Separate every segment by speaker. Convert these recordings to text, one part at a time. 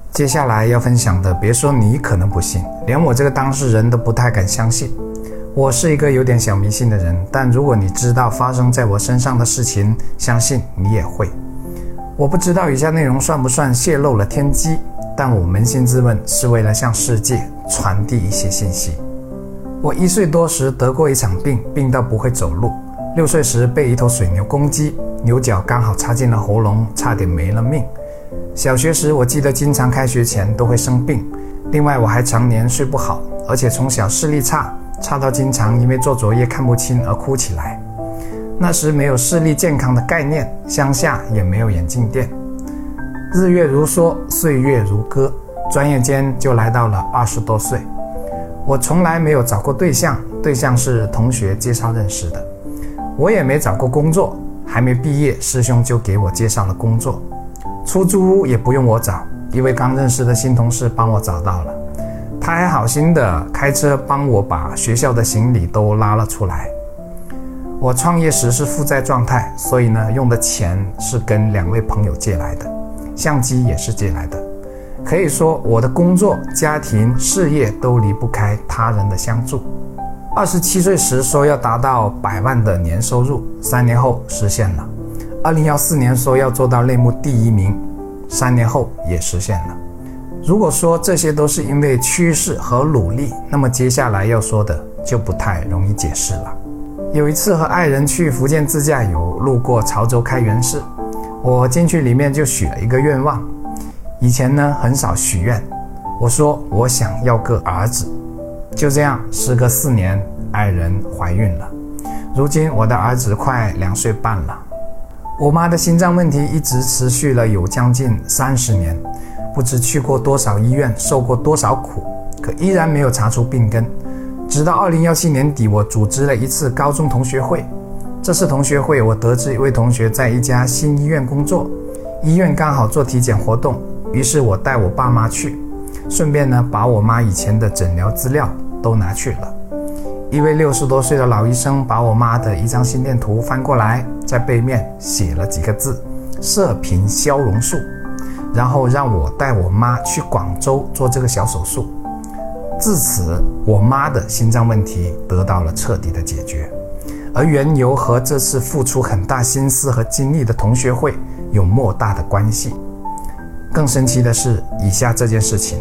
Speaker 1: 接下来要分享的，别说你可能不信，连我这个当事人都不太敢相信。我是一个有点小迷信的人，但如果你知道发生在我身上的事情，相信你也会。我不知道以下内容算不算泄露了天机，但我扪心自问，是为了向世界传递一些信息。我1岁多时得过一场病，病到不会走路。6岁时被一头水牛攻击，牛角刚好插进了喉咙，差点没了命。小学时我记得经常开学前都会生病，另外我还常年睡不好，而且从小视力差到经常因为做作业看不清而哭起来。那时没有视力健康的概念，乡下也没有眼镜店。日月如梭，岁月如歌，转眼间就来到了20多岁。我从来没有找过对象，对象是同学介绍认识的。我也没找过工作，还没毕业，师兄就给我介绍了工作。出租屋也不用我找，一位刚认识的新同事帮我找到了。他还好心的开车帮我把学校的行李都拉了出来。我创业时是负债状态，所以呢，用的钱是跟2位朋友借来的，相机也是借来的。可以说我的工作、家庭、事业都离不开他人的相助。27岁时说要达到100万的年收入，3年后实现了。2014年说要做到类目第1名，3年后也实现了。如果说这些都是因为趋势和努力，那么接下来要说的就不太容易解释了。有一次和爱人去福建自驾游，路过潮州开元寺，我进去里面就许了一个愿望。以前呢很少许愿，我说我想要个儿子。就这样时隔4年，爱人怀孕了。如今我的儿子快2岁半了。我妈的心脏问题一直持续了有将近30年，不知去过多少医院，受过多少苦，可依然没有查出病根。直到2017年底，我组织了一次高中同学会。这次同学会，我得知一位同学在一家新医院工作，医院刚好做体检活动，于是我带我爸妈去，顺便呢把我妈以前的诊疗资料都拿去了。一位60多岁的老医生把我妈的一张心电图翻过来，在背面写了几个字：射频消融术，然后让我带我妈去广州做这个小手术。自此，我妈的心脏问题得到了彻底的解决，而缘由和这次付出很大心思和精力的同学会有莫大的关系。更神奇的是以下这件事情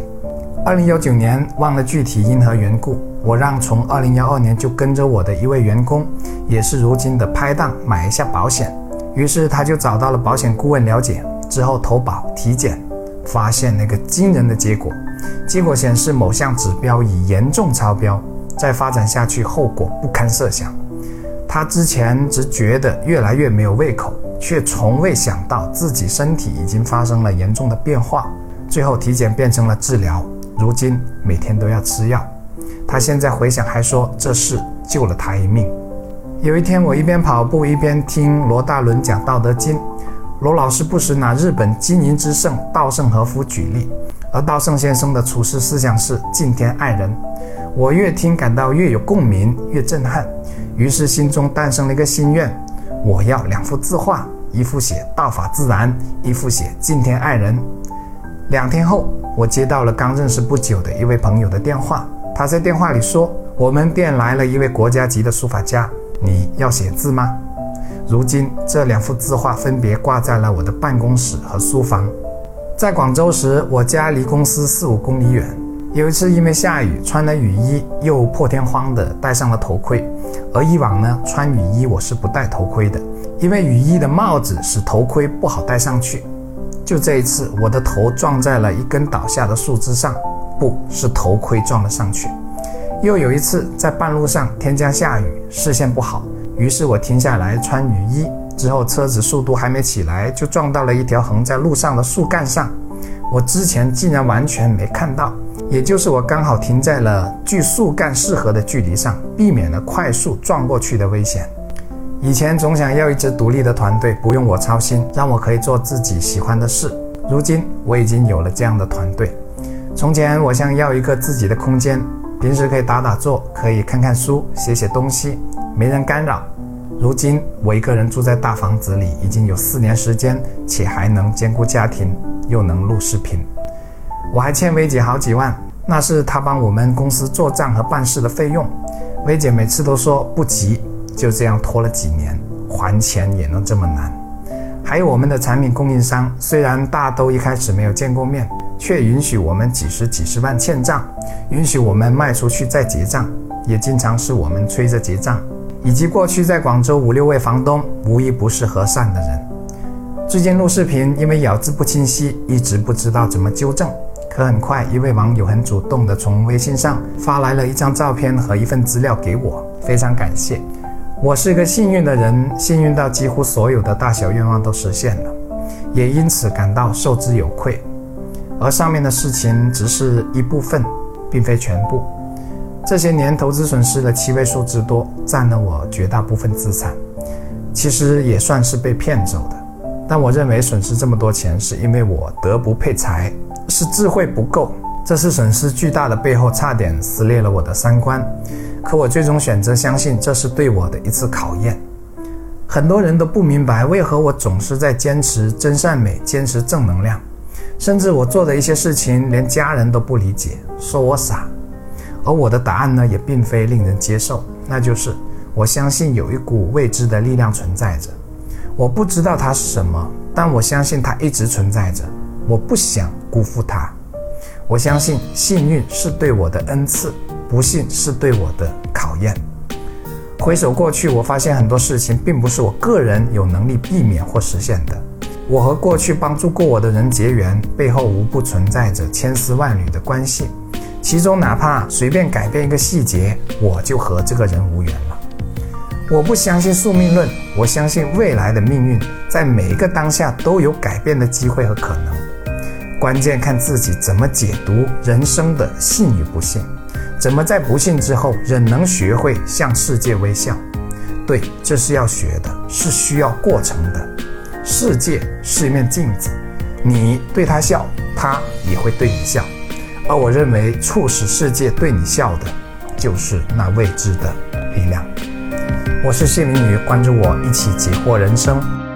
Speaker 1: ：2019年忘了具体因何缘故，我让从2012年就跟着我的一位员工，也是如今的拍档，买一下保险。于是他就找到了保险顾问了解，之后投保体检，发现那个惊人的结果显示某项指标已严重超标，再发展下去后果不堪设想。他之前只觉得越来越没有胃口，却从未想到自己身体已经发生了严重的变化，最后体检变成了治疗，如今每天都要吃药。他现在回想还说这事救了他一命。有一天我一边跑步一边听罗大伦讲道德经，罗老师不时拿日本经营之圣稻盛和夫举例，而稻盛先生的处世思想是敬天爱人。我越听感到越有共鸣，越震撼，于是心中诞生了一个心愿，我要2幅字画，一幅写道法自然，一幅写敬天爱人。2天后，我接到了刚认识不久的一位朋友的电话，他在电话里说，我们店来了一位国家级的书法家，你要写字吗？如今这2幅字画分别挂在了我的办公室和书房。在广州时，我家离公司4-5公里远，有一次因为下雨，穿了雨衣，又破天荒地戴上了头盔。而以往呢，穿雨衣我是不戴头盔的，因为雨衣的帽子使头盔不好戴上去。就这一次，我的头撞在了一根倒下的树枝上，不是头盔撞了上去。又有一次在半路上，天将下雨，视线不好，于是我停下来穿雨衣，之后车子速度还没起来，就撞到了一条横在路上的树干上。我之前竟然完全没看到，也就是我刚好停在了距树干适合的距离上，避免了快速撞过去的危险。以前总想要一支独立的团队，不用我操心，让我可以做自己喜欢的事。如今我已经有了这样的团队。从前我想要一个自己的空间，平时可以打打坐，可以看看书，写写东西，没人干扰。如今我一个人住在大房子里，已经有4年时间，且还能兼顾家庭，又能录视频。 我还欠薇姐好几万，那是她帮我们公司做账和办事的费用。薇姐每次都说不急，就这样拖了几年，还钱也能这么难。还有我们的产品供应商，虽然大都一开始没有见过面，却允许我们几十万欠账，允许我们卖出去再结账，也经常是我们催着结账。以及过去在广州5、6位房东，无一不是和善的人。最近录视频，因为咬字不清晰，一直不知道怎么纠正。可很快，一位网友很主动地从微信上发来了一张照片和一份资料给我，非常感谢。我是个幸运的人，幸运到几乎所有的大小愿望都实现了，也因此感到受之有愧。而上面的事情只是一部分，并非全部。这些年投资损失了7位数之多，占了我绝大部分资产，其实也算是被骗走的。但我认为损失这么多钱是因为我德不配财，是智慧不够。这次损失巨大的背后差点撕裂了我的三观，可我最终选择相信这是对我的一次考验。很多人都不明白为何我总是在坚持真善美，坚持正能量，甚至我做的一些事情连家人都不理解，说我傻。而我的答案呢，也并非令人接受，那就是我相信有一股未知的力量存在着，我不知道它是什么，但我相信它一直存在着，我不想辜负它。我相信幸运是对我的恩赐，不幸是对我的考验。回首过去，我发现很多事情并不是我个人有能力避免或实现的。我和过去帮助过我的人结缘，背后无不存在着千丝万缕的关系，其中哪怕随便改变一个细节，我就和这个人无缘了。我不相信宿命论，我相信未来的命运在每一个当下都有改变的机会和可能。关键看自己怎么解读人生的幸与不幸，怎么在不幸之后仍能学会向世界微笑。对，这是要学的，是需要过程的。世界是一面镜子，你对它笑，它也会对你笑。而我认为促使世界对你笑的，就是那未知的力量。我是谢明宇，关注我，一起解惑人生。